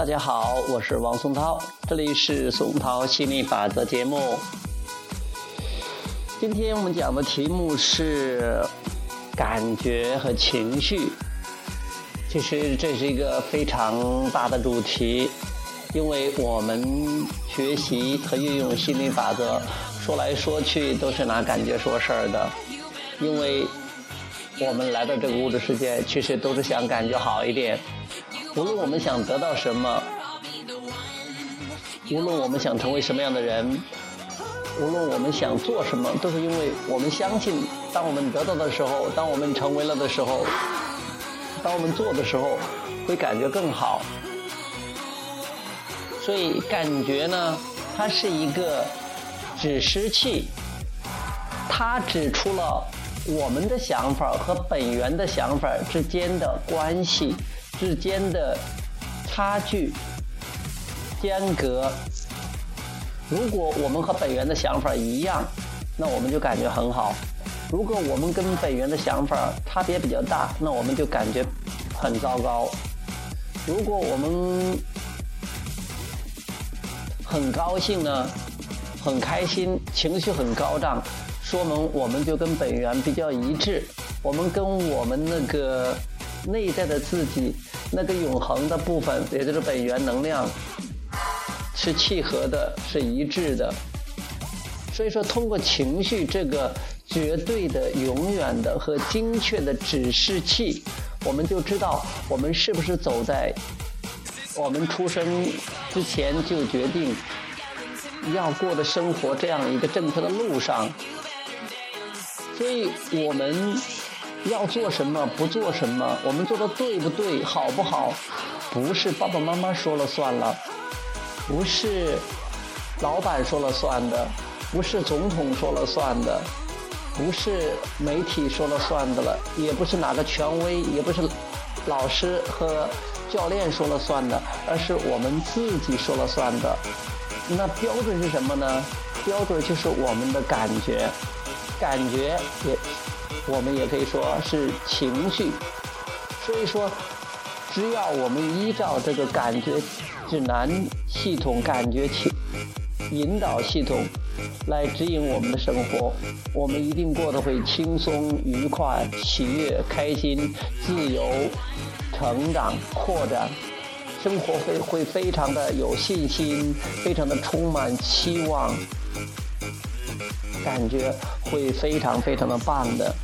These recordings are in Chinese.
大家好，我是王松涛，这里是松涛心理法则节目。今天我们讲的题目是感觉和情绪。其实这是一个非常大的主题，因为我们学习和运用心理法则，说来说去都是拿感觉说事儿的。因为我们来到这个物质世界，其实都是想感觉好一点。无论我们想得到什么，无论我们想成为什么样的人，无论我们想做什么，都是因为我们相信，当我们得到的时候，当我们成为了的时候，当我们做的时候，会感觉更好。所以感觉呢，它是一个指示器，它指出了我们的想法和本源的想法之间的关系，之间的差距、间隔。如果我们和本源的想法一样，那我们就感觉很好；如果我们跟本源的想法差别比较大，那我们就感觉很糟糕。如果我们很高兴呢，很开心，情绪很高涨，说明我们就跟本源比较一致，我们跟我们那个内在的自己，那个永恒的部分，也就是本源能量，是契合的，是一致的。所以说通过情绪这个绝对的、永远的和精确的指示器，我们就知道我们是不是走在我们出生之前就决定要过的生活这样一个正确的路上。所以我们要做什么，不做什么，我们做的对不对，好不好，不是爸爸妈妈说了算了，不是老板说了算的，不是总统说了算的，不是媒体说了算的了，也不是哪个权威，也不是老师和教练说了算的，而是我们自己说了算的。那标准是什么呢？标准就是我们的感觉，感觉我们也可以说是情绪。所以说只要我们依照这个感觉指南系统、感觉引导系统来指引我们的生活，我们一定过得会轻松、愉快、喜悦、开心、自由、成长、扩展，生活会非常的有信心，非常的充满期望，感觉会非常非常的棒的。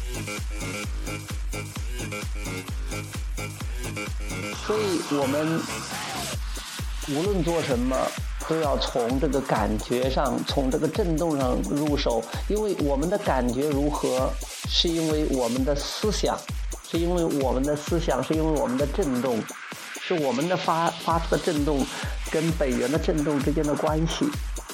所以我们无论做什么，都要从这个感觉上，从这个振动上入手。因为我们的感觉如何，是因为我们的思想，是因为我们的思想，是因为我们的振动，是我们的发出的振动跟本源的振动之间的关系。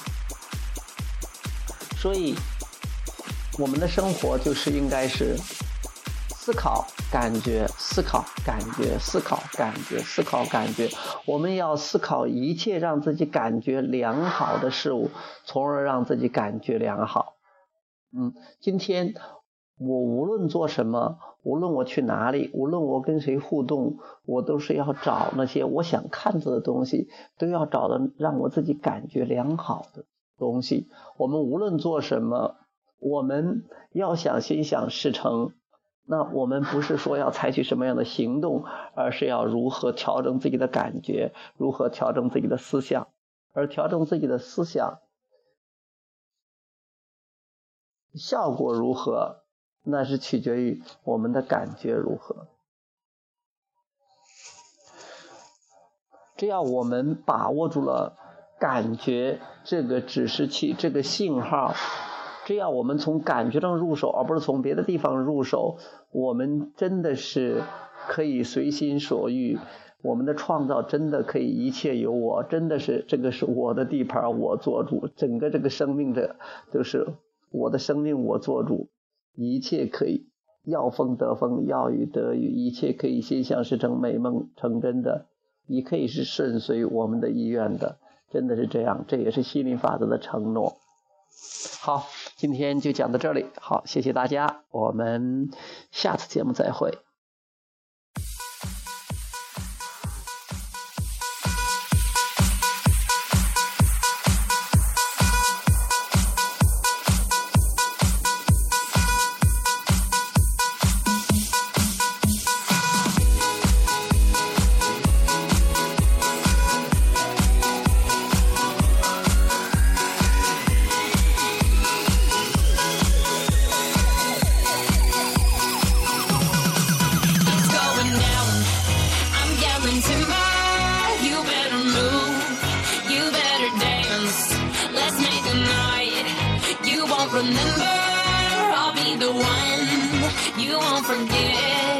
所以我们的生活就是应该是思考感觉，思考感觉，思考感觉，思考感觉。我们要思考一切让自己感觉良好的事物，从而让自己感觉良好。今天我无论做什么，无论我去哪里，无论我跟谁互动，我都是要找那些我想看到的东西，都要找的让我自己感觉良好的东西。我们无论做什么，我们要想心想事成，那我们不是说要采取什么样的行动，而是要如何调整自己的感觉，如何调整自己的思想。而调整自己的思想效果如何，那是取决于我们的感觉如何。只要我们把握住了感觉这个指示器，这个信号，只要我们从感觉上入手，而不是从别的地方入手，我们真的是可以随心所欲，我们的创造真的可以一切由我，真的是这个是我的地盘，我做主，整个这个生命的就是我的生命我做主，一切可以要风得风，要雨得雨，一切可以心想事成，美梦成真的，也可以是顺随我们的意愿的，真的是这样，这也是心理法则的承诺。好，今天就讲到这里，好，谢谢大家，我们下次节目再会。 remember, I'll be the one you won't forget.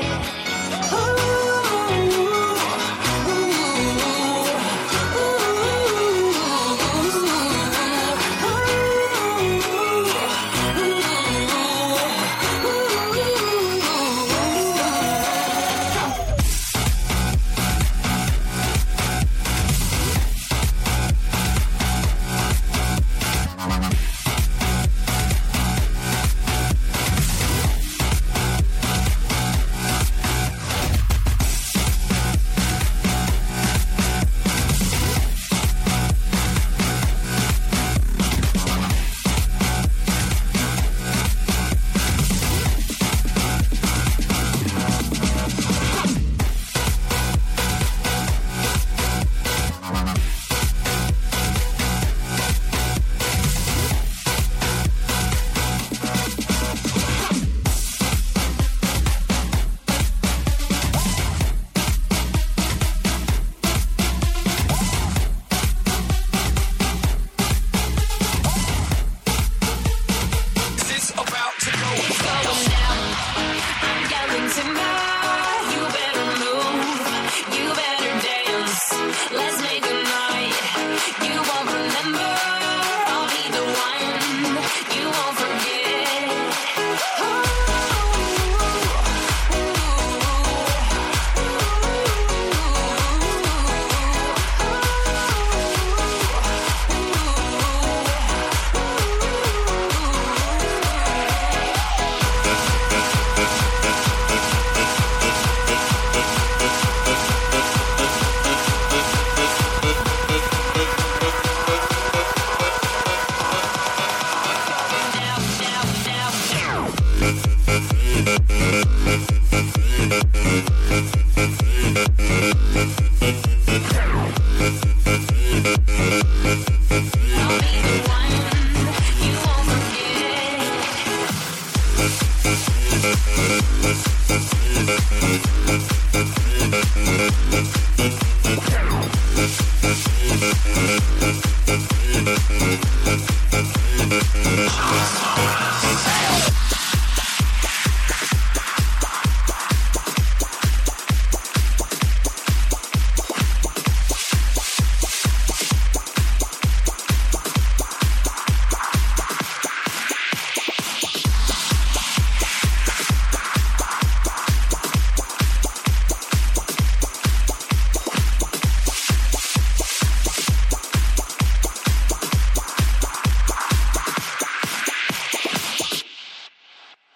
Shots fired.